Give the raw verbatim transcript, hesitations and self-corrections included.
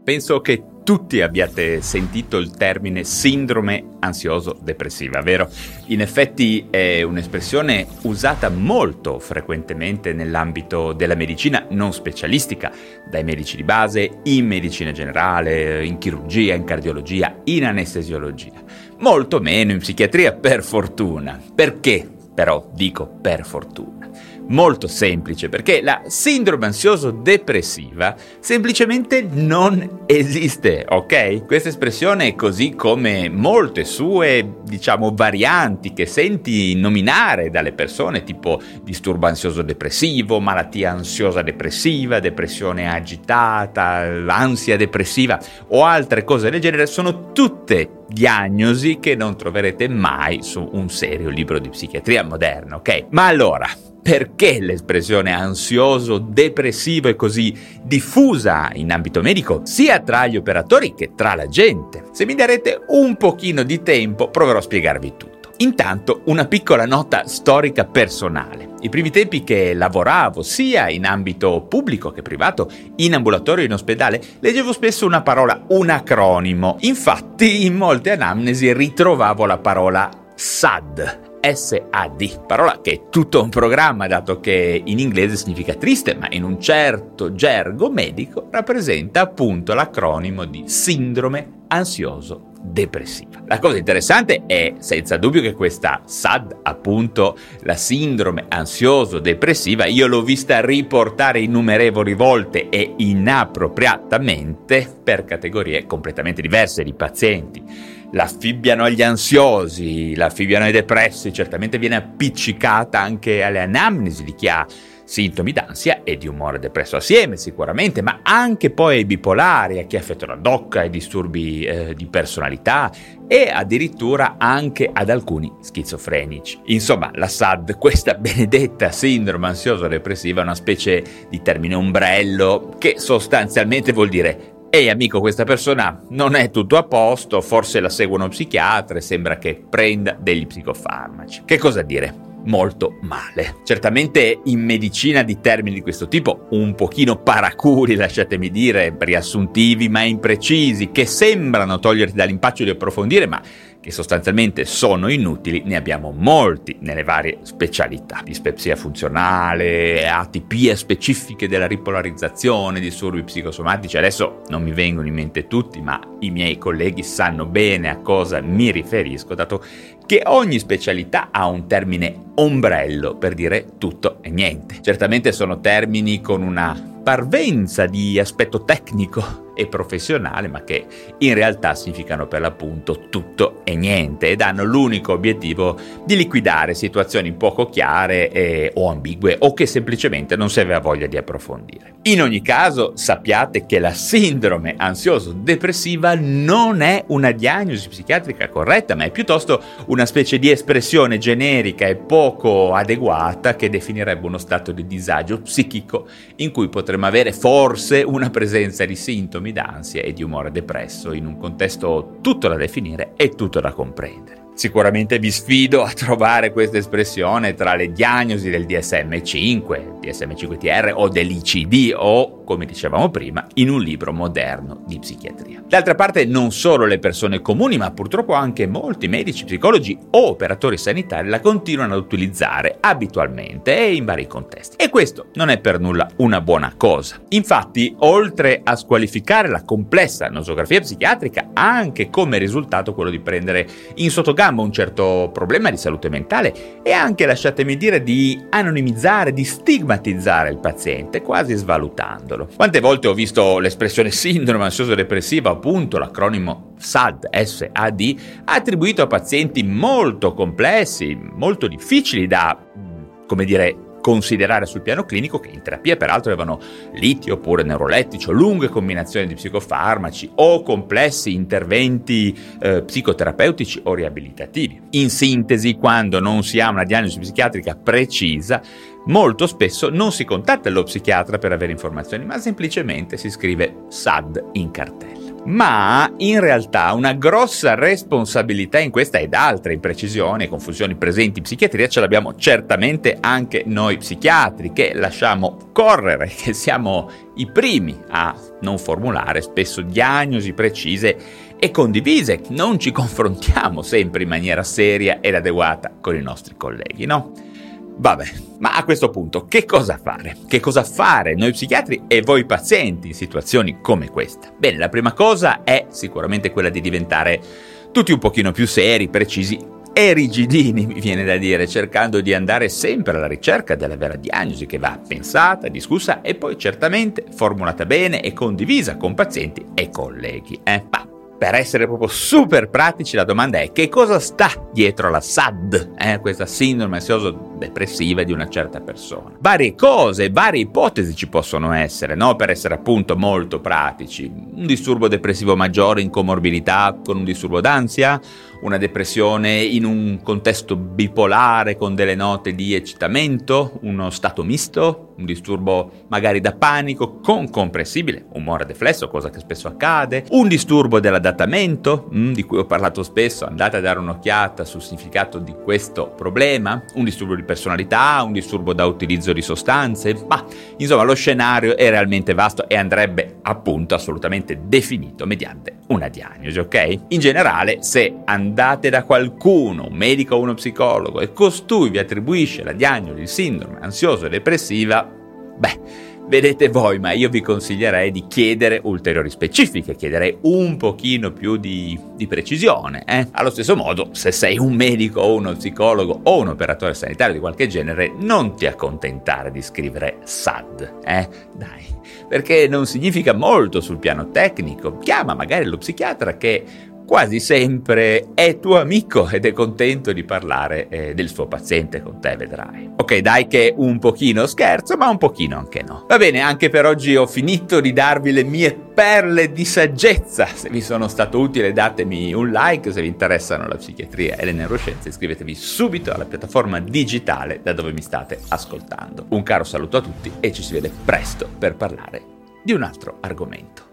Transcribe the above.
Penso che tutti abbiate sentito il termine sindrome ansioso-depressiva, vero? In effetti è un'espressione usata molto frequentemente nell'ambito della medicina non specialistica, dai medici di base, in medicina generale, in chirurgia, in cardiologia, in anestesiologia. Molto meno in psichiatria, per fortuna. Perché? Però dico per fortuna. Molto semplice, perché la sindrome ansioso-depressiva semplicemente non esiste, ok? Questa espressione, così come molte sue, diciamo, varianti che senti nominare dalle persone, tipo disturbo ansioso-depressivo, malattia ansiosa-depressiva, depressione agitata, ansia depressiva o altre cose del genere, sono tutte diagnosi che non troverete mai su un serio libro di psichiatria moderna, ok? Ma allora, perché l'espressione ansioso-depressivo è così diffusa in ambito medico, sia tra gli operatori che tra la gente? Se mi darete un pochino di tempo, proverò a spiegarvi tutto. Intanto, una piccola nota storica personale. I primi tempi che lavoravo, sia in ambito pubblico che privato, in ambulatorio e in ospedale, leggevo spesso una parola, un acronimo. Infatti, in molte anamnesi ritrovavo la parola S A D. S A D, parola che è tutto un programma, dato che in inglese significa triste, ma in un certo gergo medico rappresenta appunto l'acronimo di sindrome ansioso-depressiva. La cosa interessante è senza dubbio che questa S A D, appunto la sindrome ansioso-depressiva, io l'ho vista riportare innumerevoli volte e inappropriatamente per categorie completamente diverse di pazienti. L'affibbiano agli ansiosi, l'affibbiano ai depressi, certamente viene appiccicata anche alle anamnesi di chi ha sintomi d'ansia e di umore depresso assieme sicuramente, ma anche poi ai bipolari, a chi è affetto da D O C, ai disturbi eh, di personalità e addirittura anche ad alcuni schizofrenici. Insomma, la S A D, questa benedetta sindrome ansioso-depressiva, è una specie di termine ombrello che sostanzialmente vuol dire: ehi amico, questa persona non è tutto a posto, forse la segue uno psichiatra e sembra che prenda degli psicofarmaci. Che cosa dire? Molto male. Certamente in medicina di termini di questo tipo, un pochino paraculi, lasciatemi dire, riassuntivi ma imprecisi, che sembrano toglierti dall'impaccio di approfondire, ma che sostanzialmente sono inutili, ne abbiamo molti nelle varie specialità. Dispepsia funzionale, atipie specifiche della ripolarizzazione, disturbi psicosomatici. Adesso non mi vengono in mente tutti, ma i miei colleghi sanno bene a cosa mi riferisco, dato che ogni specialità ha un termine ombrello per dire tutto e niente. Certamente sono termini con una parvenza di aspetto tecnico e professionale, ma che in realtà significano per l'appunto tutto e niente ed hanno l'unico obiettivo di liquidare situazioni poco chiare e, o ambigue, o che semplicemente non si aveva voglia di approfondire. In ogni caso, sappiate che la sindrome ansioso-depressiva non è una diagnosi psichiatrica corretta, ma è piuttosto una specie di espressione generica e poco adeguata che definirebbe uno stato di disagio psichico in cui potremmo avere forse una presenza di sintomi d'ansia e di umore depresso in un contesto tutto da definire e tutto da comprendere. Sicuramente vi sfido a trovare questa espressione tra le diagnosi del D S M cinque, D S M cinque T R o dell'I C D o, come dicevamo prima, in un libro moderno di psichiatria. D'altra parte, non solo le persone comuni, ma purtroppo anche molti medici, psicologi o operatori sanitari la continuano ad utilizzare abitualmente e in vari contesti. E questo non è per nulla una buona cosa. Infatti, oltre a squalificare la complessa nosografia psichiatrica, ha anche come risultato quello di prendere in sottogamba un certo problema di salute mentale e anche, lasciatemi dire, di anonimizzare, di stigmatizzare il paziente, quasi svalutandolo. Quante volte ho visto l'espressione sindrome ansioso-depressiva, appunto l'acronimo S A D, S A D, attribuito a pazienti molto complessi, molto difficili da, come dire, considerare sul piano clinico, che in terapia peraltro avevano litio oppure neurolettici o lunghe combinazioni di psicofarmaci o complessi interventi eh, psicoterapeutici o riabilitativi. In sintesi, quando non si ha una diagnosi psichiatrica precisa, molto spesso non si contatta lo psichiatra per avere informazioni, ma semplicemente si scrive S A D in cartella. Ma in realtà una grossa responsabilità in questa ed altre imprecisioni e confusioni presenti in psichiatria ce l'abbiamo certamente anche noi psichiatri, che lasciamo correre, che siamo i primi a non formulare spesso diagnosi precise e condivise. Non ci confrontiamo sempre in maniera seria ed adeguata con i nostri colleghi, no? Vabbè, ma a questo punto che cosa fare? Che cosa fare noi psichiatri e voi pazienti in situazioni come questa? Bene, la prima cosa è sicuramente quella di diventare tutti un pochino più seri, precisi e rigidini, mi viene da dire, cercando di andare sempre alla ricerca della vera diagnosi che va pensata, discussa e poi certamente formulata bene e condivisa con pazienti e colleghi. Eh? Ma per essere proprio super pratici, la domanda è: che cosa sta dietro la S A D, eh? questa sindrome ansioso-depressiva di una certa persona? Varie cose, varie ipotesi ci possono essere, no? Per essere appunto molto pratici. Un disturbo depressivo maggiore in comorbidità con un disturbo d'ansia, una depressione in un contesto bipolare con delle note di eccitamento, uno stato misto, un disturbo magari da panico con comprensibile umore deflesso, cosa che spesso accade, un disturbo dell'adattamento, mm, di cui ho parlato spesso, andate a dare un'occhiata sul significato di questo problema, un disturbo di personalità, un disturbo da utilizzo di sostanze, ma insomma lo scenario è realmente vasto e andrebbe appunto assolutamente definito mediante una diagnosi, ok? In generale, se andate da qualcuno, un medico o uno psicologo, e costui vi attribuisce la diagnosi di sindrome ansioso-depressiva, beh, vedete voi, ma io vi consiglierei di chiedere ulteriori specifiche, chiederei un pochino più di, di precisione. Eh? Allo stesso modo, se sei un medico o uno psicologo o un operatore sanitario di qualche genere, non ti accontentare di scrivere S A D, eh? Dai, perché non significa molto sul piano tecnico. Chiama magari lo psichiatra che quasi sempre è tuo amico ed è contento di parlare eh, del suo paziente con te, vedrai. Ok, dai che un pochino scherzo, ma un pochino anche no. Va bene, anche per oggi ho finito di darvi le mie perle di saggezza. Se vi sono stato utile datemi un like, se vi interessano la psichiatria e le neuroscienze iscrivetevi subito alla piattaforma digitale da dove mi state ascoltando. Un caro saluto a tutti e ci si vede presto per parlare di un altro argomento.